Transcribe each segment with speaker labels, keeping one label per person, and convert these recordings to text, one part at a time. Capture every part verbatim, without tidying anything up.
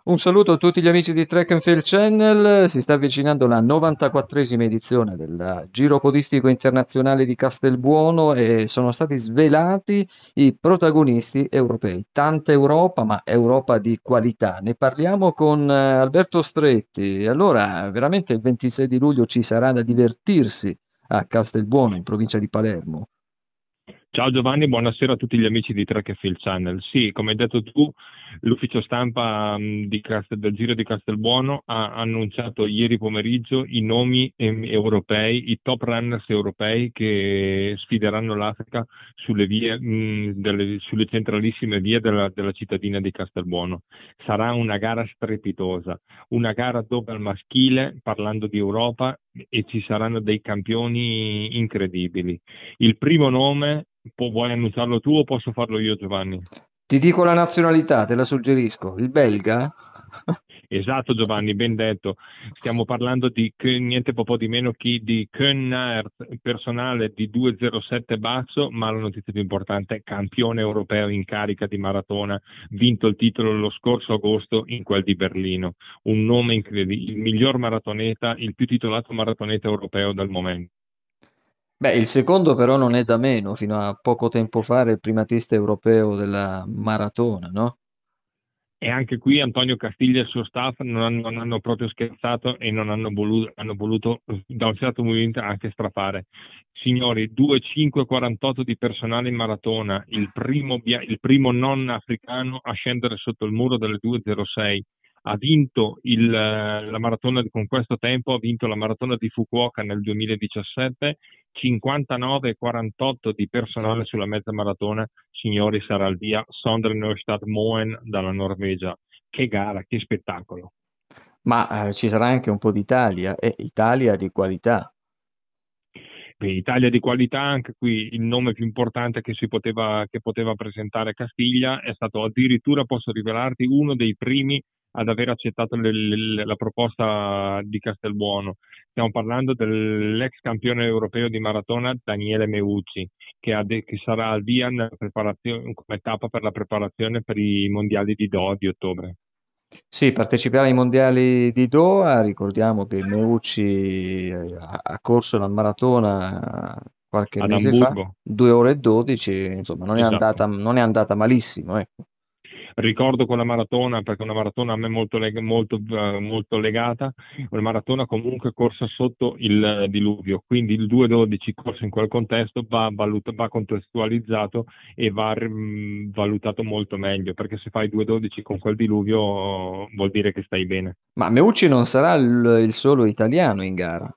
Speaker 1: Un saluto a tutti gli amici di Track and Field Channel, si sta avvicinando la novantaquattresima edizione del Giro Podistico Internazionale di Castelbuono e sono stati svelati i protagonisti europei. Tanta Europa, ma Europa di qualità. Ne parliamo con eh, Alberto Stretti. Allora, veramente il ventisei di luglio ci sarà da divertirsi a Castelbuono, in provincia di Palermo.
Speaker 2: Ciao Giovanni, buonasera a tutti gli amici di Track and Field Channel. Sì, come hai detto tu, l'ufficio stampa mh, di Castel- del Giro di Castelbuono ha annunciato ieri pomeriggio i nomi ehm, europei, i top runners europei che sfideranno l'Africa sulle vie, mh, delle- sulle centralissime vie della, della cittadina di Castelbuono. Sarà una gara strepitosa, una gara dove al maschile, parlando di Europa, e ci saranno dei campioni incredibili. Il primo nome, pu- vuoi annunciarlo tu o posso farlo io, Giovanni?
Speaker 1: Ti dico la nazionalità, te la suggerisco. Il belga?
Speaker 2: Esatto, Giovanni, ben detto. Stiamo parlando di che- niente po' di meno che di Koen personale di due zero sette basso, ma la notizia più importante, campione europeo in carica di maratona, vinto il titolo lo scorso agosto in quel di Berlino. Un nome incredibile, il miglior maratoneta, il più titolato maratoneta europeo dal momento.
Speaker 1: Beh, il secondo però non è da meno, fino a poco tempo fa era il primatista europeo della maratona, no?
Speaker 2: E anche qui Antonio Castiglia e il suo staff non hanno, non hanno proprio scherzato e non hanno voluto, hanno voluto da un certo momento anche strafare. Signori, due cinque quarantotto di personale in maratona, il primo, bia- il primo non africano a scendere sotto il muro delle due zero sei. Ha vinto il, eh, la maratona di- con questo tempo, ha vinto la maratona di Fukuoka nel duemiladiciassette, cinquantanove e quarantotto di personale sulla mezza maratona. Signori, sarà il via Sondre Neustadt Moen dalla Norvegia. Che gara, che spettacolo.
Speaker 1: Ma eh, ci sarà anche un po' d'Italia, e Italia di qualità.
Speaker 2: Per Italia di qualità, anche qui il nome più importante che si poteva, che poteva presentare Castiglia è stato addirittura, posso rivelarti, uno dei primi ad aver accettato le- le- la proposta di Castelbuono. Stiamo parlando dell'ex campione europeo di maratona Daniele Meucci, che, ha de- che sarà al via nella preparazione- come tappa per la preparazione per i mondiali di Doha di ottobre.
Speaker 1: Sì, parteciperà ai mondiali di Doha, ricordiamo che Meucci eh, ha ha corso la maratona qualche
Speaker 2: Ad
Speaker 1: mese fa,
Speaker 2: Amburgo,
Speaker 1: due ore e dodici, insomma, non è
Speaker 2: esatto.
Speaker 1: andata, non è andata malissimo, ecco.
Speaker 2: Ricordo quella maratona perché è una maratona a me molto, leg- molto, eh, molto legata, una maratona comunque corsa sotto il eh, diluvio, quindi il due dodici corso in quel contesto va, valut- va contestualizzato e va mm, valutato molto meglio, perché se fai due dodici con quel diluvio vuol dire che stai bene.
Speaker 1: Ma Meucci non sarà il, il solo italiano in gara.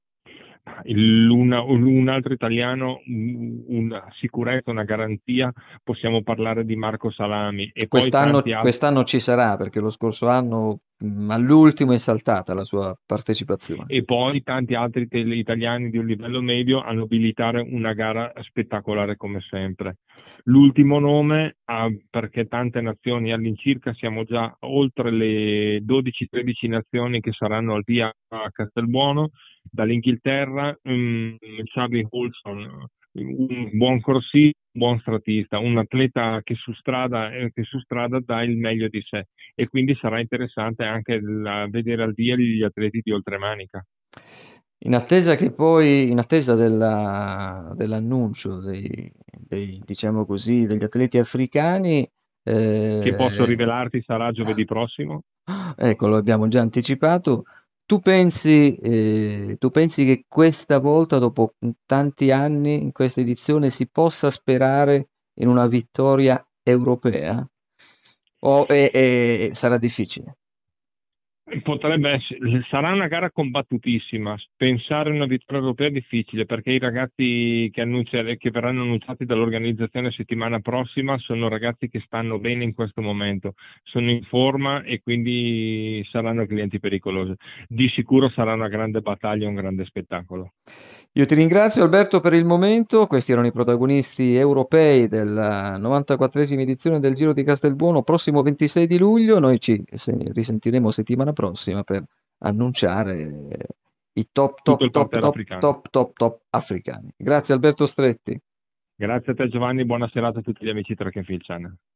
Speaker 2: Il- una- un altro italiano, un- una sicurezza, una garanzia, possiamo parlare di Marco Salami e poi
Speaker 1: Quest'anno
Speaker 2: tanti altri.
Speaker 1: quest'anno ci sarà, perché lo scorso anno mh, all'ultimo è saltata la sua partecipazione.
Speaker 2: E poi tanti altri tele- italiani di un livello medio a nobilitare una gara spettacolare come sempre. L'ultimo nome, ah, perché tante nazioni all'incirca, siamo già oltre le dodici tredici nazioni che saranno al via a Castelbuono, dall'Inghilterra, um, Charlie Wilson, un buon corsista, un buon stratista, un atleta che su strada, eh, che su strada dà il meglio di sé e quindi sarà interessante anche la- vedere al via gli atleti di oltremanica,
Speaker 1: In attesa che poi, in attesa della- dell'annuncio dei, dei, diciamo così, degli atleti africani,
Speaker 2: che posso
Speaker 1: eh,
Speaker 2: rivelarti sarà giovedì prossimo.
Speaker 1: ecco, lo abbiamo già anticipato. Tu pensi, eh, tu pensi che questa volta, dopo tanti anni, in questa edizione, si possa sperare in una vittoria europea? O e- e- sarà difficile?
Speaker 2: Potrebbe essere, sarà una gara combattutissima. Pensare a una vittoria europea è difficile perché i ragazzi che, annuncia- che verranno annunciati dall'organizzazione settimana prossima sono ragazzi che stanno bene in questo momento, sono in forma e quindi saranno clienti pericolosi. Di sicuro sarà una grande battaglia, un grande spettacolo.
Speaker 1: Io ti ringrazio Alberto per il momento, questi erano i protagonisti europei della novantaquattresima edizione del Giro di Castelbuono, prossimo ventisei di luglio, noi ci se- risentiremo settimana prossima per annunciare i top
Speaker 2: Tutto
Speaker 1: top
Speaker 2: il
Speaker 1: top
Speaker 2: parterre
Speaker 1: top
Speaker 2: africano.
Speaker 1: top top top africani. Grazie Alberto Stretti.
Speaker 2: Grazie a te Giovanni, buona serata a tutti gli amici di Track and Field Channel.